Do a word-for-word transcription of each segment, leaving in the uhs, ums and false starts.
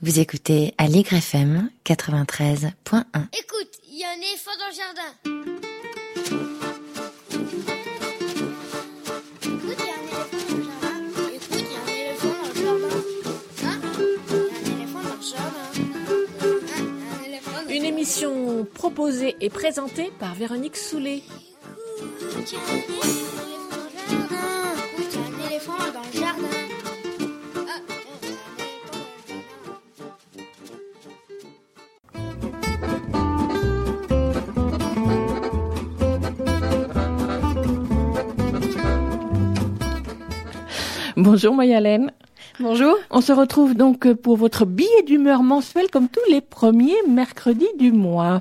Vous écoutez Aligre F M quatre-vingt-treize point un. Écoute, il y a un éléphant dans le jardin. Écoute, il y a un éléphant dans le jardin. Écoute, il y a un éléphant dans le jardin. Hein? Il y a un éléphant dans le jardin. Hein? Il y a un éléphant dans le Une émission proposée et présentée par Véronique Soulet. Écoute, il y a un éléphant dans le jardin. Écoute, il y a un éléphant dans le jardin. Bonjour Mayalène. Bonjour. On se retrouve donc pour votre billet d'humeur mensuel comme tous les premiers mercredis du mois.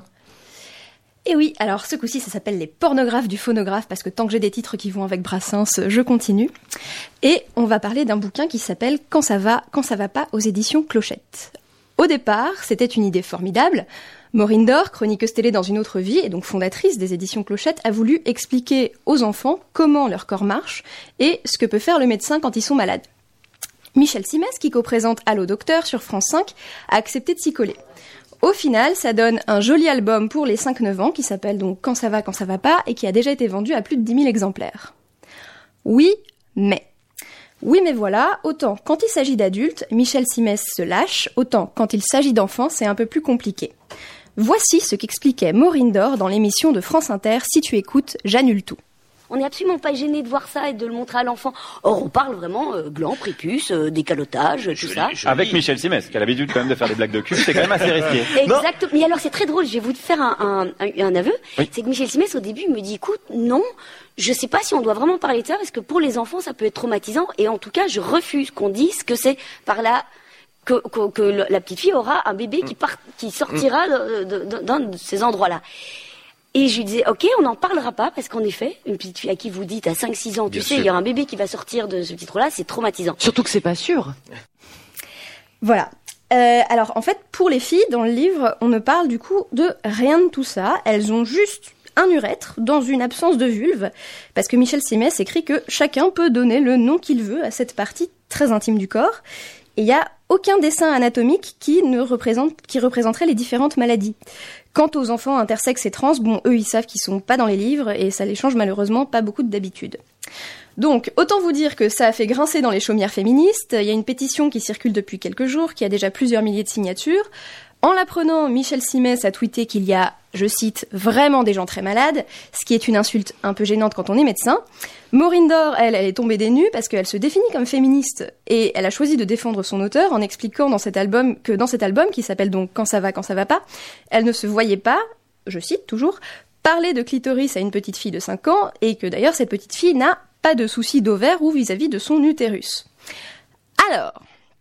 Et oui, alors ce coup-ci ça s'appelle les pornographes du phonographe parce que tant que j'ai des titres qui vont avec Brassens, je continue. Et on va parler d'un bouquin qui s'appelle Quand ça va, quand ça va pas aux éditions Clochette. Au départ, c'était une idée formidable. Maureen Dore, chroniqueuse télé dans une autre vie et donc fondatrice des éditions Clochette, a voulu expliquer aux enfants comment leur corps marche et ce que peut faire le médecin quand ils sont malades. Michel Simès, qui co-présente Allô Docteur sur France cinq, a accepté de s'y coller. Au final, ça donne un joli album pour les cinq neuf ans qui s'appelle donc Quand ça va, quand ça va pas et qui a déjà été vendu à plus de dix mille exemplaires. Oui, mais... Oui, mais voilà, autant quand il s'agit d'adultes, Michel Simès se lâche, autant quand il s'agit d'enfants, c'est un peu plus compliqué. Voici ce qu'expliquait Maureen Dore dans l'émission de France Inter « Si tu écoutes, j'annule tout ». On n'est absolument pas gêné de voir ça et de le montrer à l'enfant. Or, on parle vraiment euh, gland, prépuce, euh, décalotage, tout ça. Avec Michel Simès, qui a l'habitude quand même de faire des blagues de cul, c'est quand même assez risqué. Exactement. Mais alors, c'est très drôle, je vais vous faire un, un, un, un aveu. Oui. C'est que Michel Simès, au début, il me dit, écoute, non, je sais pas si on doit vraiment parler de ça, parce que pour les enfants, ça peut être traumatisant. Et en tout cas, je refuse qu'on dise que c'est par là... Que, que, que la petite fille aura un bébé qui, part, qui sortira de, de, de, d'un de ces endroits-là. Et je lui disais, ok, on n'en parlera pas, parce qu'en effet, une petite fille à qui vous dites à cinq six ans, tu Bien sais, sûr. Il y a un bébé qui va sortir de ce petit trou-là, c'est traumatisant. Surtout que c'est pas sûr. Voilà. Euh, alors, en fait, pour les filles, dans le livre, on ne parle du coup de rien de tout ça. Elles ont juste un urètre dans une absence de vulve, parce que Michel Simès écrit que chacun peut donner le nom qu'il veut à cette partie très intime du corps. Et il n'y a aucun dessin anatomique qui ne représente, qui représenterait les différentes maladies. Quant aux enfants intersexes et trans, bon, eux, ils savent qu'ils sont pas dans les livres et ça les change malheureusement pas beaucoup d'habitude. Donc, autant vous dire que ça a fait grincer dans les chaumières féministes. Il y a une pétition qui circule depuis quelques jours, qui a déjà plusieurs milliers de signatures. En l'apprenant, Michel Simès a tweeté qu'il y a, je cite, vraiment des gens très malades, ce qui est une insulte un peu gênante quand on est médecin. Maureen Dore, elle, elle est tombée des nues parce qu'elle se définit comme féministe et elle a choisi de défendre son auteur en expliquant dans cet album que dans cet album, qui s'appelle donc Quand ça va, quand ça va pas, elle ne se voyait pas, je cite toujours, parler de clitoris à une petite fille de cinq ans et que d'ailleurs cette petite fille n'a pas de soucis d'ovaire ou vis-à-vis de son utérus. Alors,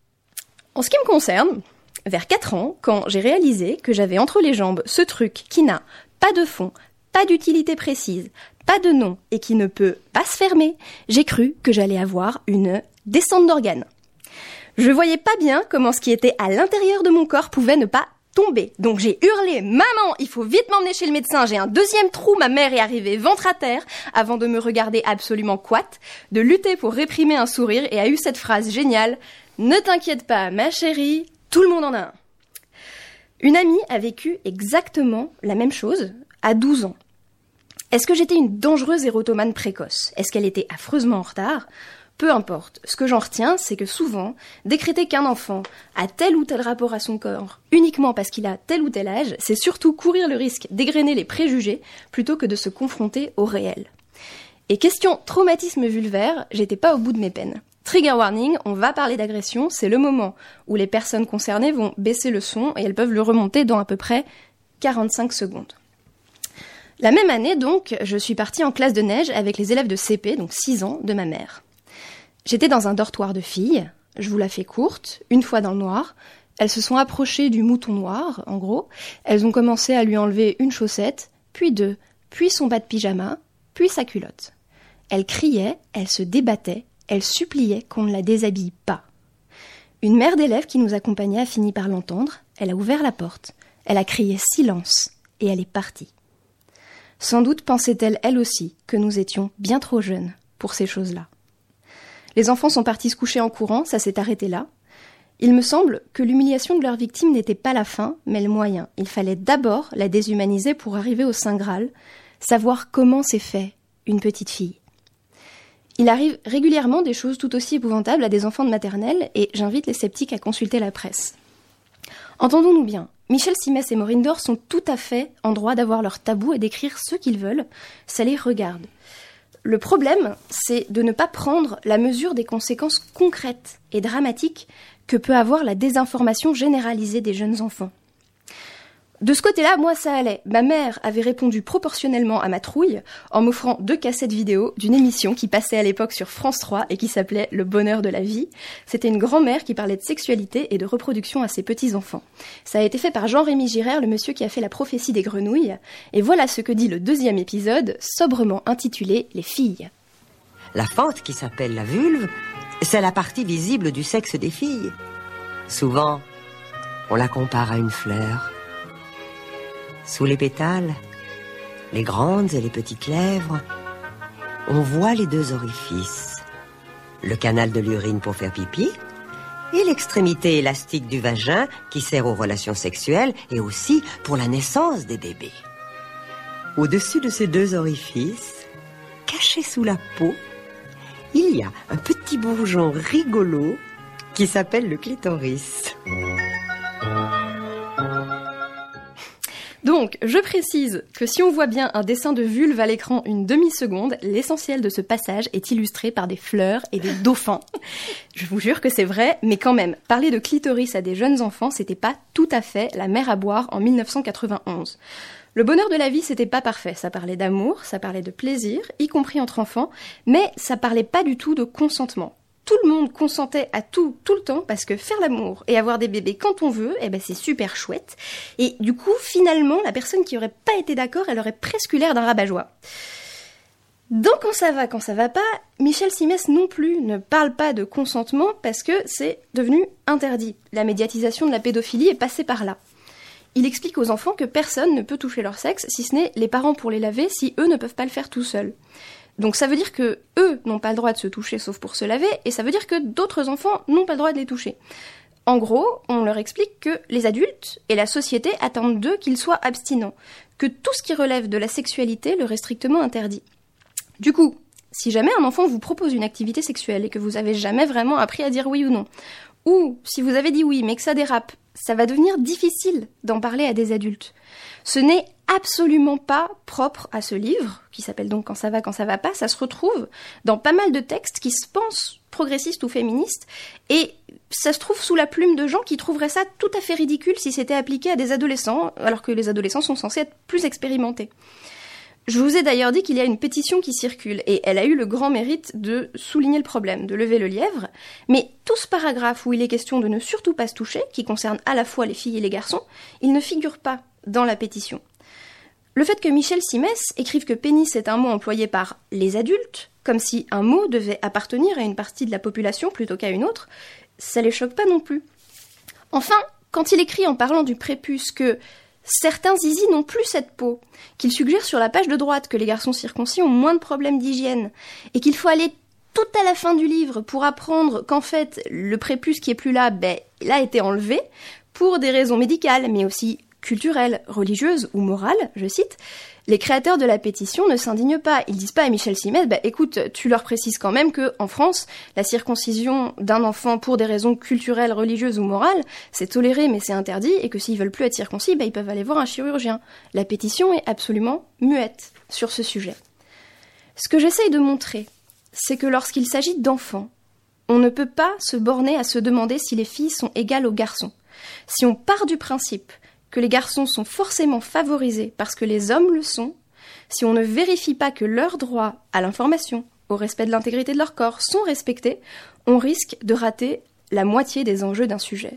en ce qui me concerne, vers quatre ans, quand j'ai réalisé que j'avais entre les jambes ce truc qui n'a pas de fond, pas d'utilité précise, pas de nom et qui ne peut pas se fermer, j'ai cru que j'allais avoir une descente d'organes. Je voyais pas bien comment ce qui était à l'intérieur de mon corps pouvait ne pas tomber. Donc j'ai hurlé « Maman, il faut vite m'emmener chez le médecin, j'ai un deuxième trou, ma mère est arrivée ventre à terre » avant de me regarder absolument couate, de lutter pour réprimer un sourire et a eu cette phrase géniale « Ne t'inquiète pas, ma chérie, tout le monde en a un ». Une amie a vécu exactement la même chose à douze ans. Est-ce que j'étais une dangereuse érotomane précoce ? Est-ce qu'elle était affreusement en retard ? Peu importe. Ce que j'en retiens, c'est que souvent, décréter qu'un enfant a tel ou tel rapport à son corps uniquement parce qu'il a tel ou tel âge, c'est surtout courir le risque d'égrener les préjugés plutôt que de se confronter au réel. Et question traumatisme vulvaire, j'étais pas au bout de mes peines. Trigger warning, on va parler d'agression, c'est le moment où les personnes concernées vont baisser le son et elles peuvent le remonter dans à peu près quarante-cinq secondes. La même année, donc, je suis partie en classe de neige avec les élèves de C P, donc six ans, de ma mère. J'étais dans un dortoir de filles, je vous la fais courte, une fois dans le noir. Elles se sont approchées du mouton noir, en gros. Elles ont commencé à lui enlever une chaussette, puis deux, puis son bas de pyjama, puis sa culotte. Elle criait, elle se débattait, elle suppliait qu'on ne la déshabille pas. Une mère d'élève qui nous accompagnait a fini par l'entendre, elle a ouvert la porte, elle a crié « silence » et elle est partie. Sans doute pensait-elle, elle aussi, que nous étions bien trop jeunes pour ces choses-là. Les enfants sont partis se coucher en courant, ça s'est arrêté là. Il me semble que l'humiliation de leur victime n'était pas la fin, mais le moyen. Il fallait d'abord la déshumaniser pour arriver au Saint Graal, savoir comment c'est fait une petite fille. Il arrive régulièrement des choses tout aussi épouvantables à des enfants de maternelle, et j'invite les sceptiques à consulter la presse. Entendons-nous bien, Michel Simès et Maureen Dore sont tout à fait en droit d'avoir leur tabou et d'écrire ce qu'ils veulent, ça les regarde. Le problème, c'est de ne pas prendre la mesure des conséquences concrètes et dramatiques que peut avoir la désinformation généralisée des jeunes enfants. De ce côté-là, moi, ça allait. Ma mère avait répondu proportionnellement à ma trouille en m'offrant deux cassettes vidéo d'une émission qui passait à l'époque sur France trois et qui s'appelait Le bonheur de la vie. C'était une grand-mère qui parlait de sexualité et de reproduction à ses petits-enfants. Ça a été fait par Jean-Rémy Girard, le monsieur qui a fait La prophétie des grenouilles. Et voilà ce que dit le deuxième épisode, sobrement intitulé Les filles. La fente qui s'appelle la vulve, c'est la partie visible du sexe des filles. Souvent, on la compare à une fleur. Sous les pétales, les grandes et les petites lèvres, on voit les deux orifices, le canal de l'urine pour faire pipi et l'extrémité élastique du vagin qui sert aux relations sexuelles et aussi pour la naissance des bébés. Au-dessus de ces deux orifices, caché sous la peau, il y a un petit bourgeon rigolo qui s'appelle le clitoris. Donc, je précise que si on voit bien un dessin de vulve à l'écran une demi-seconde, l'essentiel de ce passage est illustré par des fleurs et des dauphins. Je vous jure que c'est vrai, mais quand même, parler de clitoris à des jeunes enfants, c'était pas tout à fait la mer à boire en mille neuf cent quatre-vingt-onze. Le bonheur de la vie, c'était pas parfait. Ça parlait d'amour, ça parlait de plaisir, y compris entre enfants, mais ça parlait pas du tout de consentement. Tout le monde consentait à tout, tout le temps, parce que faire l'amour et avoir des bébés quand on veut, eh ben c'est super chouette. Et du coup, finalement, la personne qui aurait pas été d'accord, elle aurait presque eu l'air d'un rabat-joie. Dans Quand ça va, quand ça va pas, Michel Simès non plus ne parle pas de consentement parce que c'est devenu interdit. La médiatisation de la pédophilie est passée par là. Il explique aux enfants que personne ne peut toucher leur sexe, si ce n'est les parents pour les laver, si eux ne peuvent pas le faire tout seuls. Donc ça veut dire que eux n'ont pas le droit de se toucher sauf pour se laver, et ça veut dire que d'autres enfants n'ont pas le droit de les toucher. En gros, on leur explique que les adultes et la société attendent d'eux qu'ils soient abstinents, que tout ce qui relève de la sexualité leur est strictement interdit. Du coup, si jamais un enfant vous propose une activité sexuelle et que vous avez jamais vraiment appris à dire oui ou non, ou si vous avez dit oui mais que ça dérape, ça va devenir difficile d'en parler à des adultes. Ce n'est absolument pas propre à ce livre, qui s'appelle donc Quand ça va, quand ça va pas. Ça se retrouve dans pas mal de textes qui se pensent progressistes ou féministes, et ça se trouve sous la plume de gens qui trouveraient ça tout à fait ridicule si c'était appliqué à des adolescents, alors que les adolescents sont censés être plus expérimentés. Je vous ai d'ailleurs dit qu'il y a une pétition qui circule, et elle a eu le grand mérite de souligner le problème, de lever le lièvre, mais tout ce paragraphe où il est question de ne surtout pas se toucher, qui concerne à la fois les filles et les garçons, il ne figure pas dans la pétition. Le fait que Michel Simès écrive que pénis est un mot employé par les adultes, comme si un mot devait appartenir à une partie de la population plutôt qu'à une autre, ça les choque pas non plus. Enfin, quand il écrit en parlant du prépuce que certains zizis n'ont plus cette peau, qu'il suggère sur la page de droite que les garçons circoncis ont moins de problèmes d'hygiène, et qu'il faut aller tout à la fin du livre pour apprendre qu'en fait, le prépuce qui est plus là, ben, il a été enlevé, pour des raisons médicales, mais aussi culturelles, religieuses ou morales, je cite, les créateurs de la pétition ne s'indignent pas. Ils disent pas à Michel Simès, bah écoute, tu leur précises quand même que en France, la circoncision d'un enfant pour des raisons culturelles, religieuses ou morales, c'est toléré mais c'est interdit, et que s'ils veulent plus être circoncis, bah ils peuvent aller voir un chirurgien. La pétition est absolument muette sur ce sujet. Ce que j'essaye de montrer, c'est que lorsqu'il s'agit d'enfants, on ne peut pas se borner à se demander si les filles sont égales aux garçons. Si on part du principe que les garçons sont forcément favorisés parce que les hommes le sont, si on ne vérifie pas que leurs droits à l'information, au respect de l'intégrité de leur corps sont respectés, on risque de rater la moitié des enjeux d'un sujet.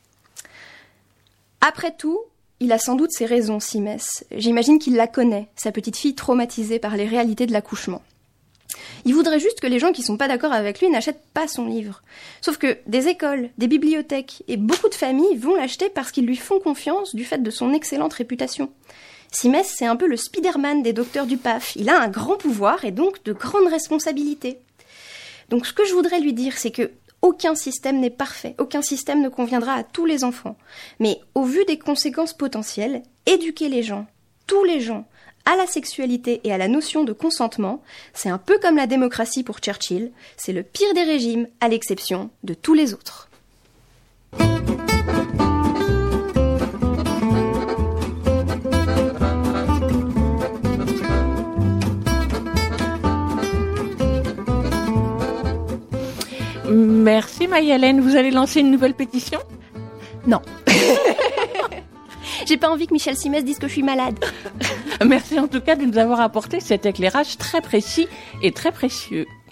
Après tout, il a sans doute ses raisons, Simès. J'imagine qu'il la connaît, sa petite fille traumatisée par les réalités de l'accouchement. Il voudrait juste que les gens qui sont pas d'accord avec lui n'achètent pas son livre. Sauf que des écoles, des bibliothèques et beaucoup de familles vont l'acheter parce qu'ils lui font confiance du fait de son excellente réputation. Simès, c'est un peu le Spider-Man des docteurs du P A F. Il a un grand pouvoir et donc de grandes responsabilités. Donc ce que je voudrais lui dire, c'est que, aucun système n'est parfait, aucun système ne conviendra à tous les enfants. Mais au vu des conséquences potentielles, éduquer les gens, tous les gens, à la sexualité et à la notion de consentement, c'est un peu comme la démocratie pour Churchill, c'est le pire des régimes à l'exception de tous les autres. Merci Marie-Hélène. Vous allez lancer une nouvelle pétition ? Non. J'ai pas envie que Michel Simès dise que je suis malade. Merci en tout cas de nous avoir apporté cet éclairage très précis et très précieux.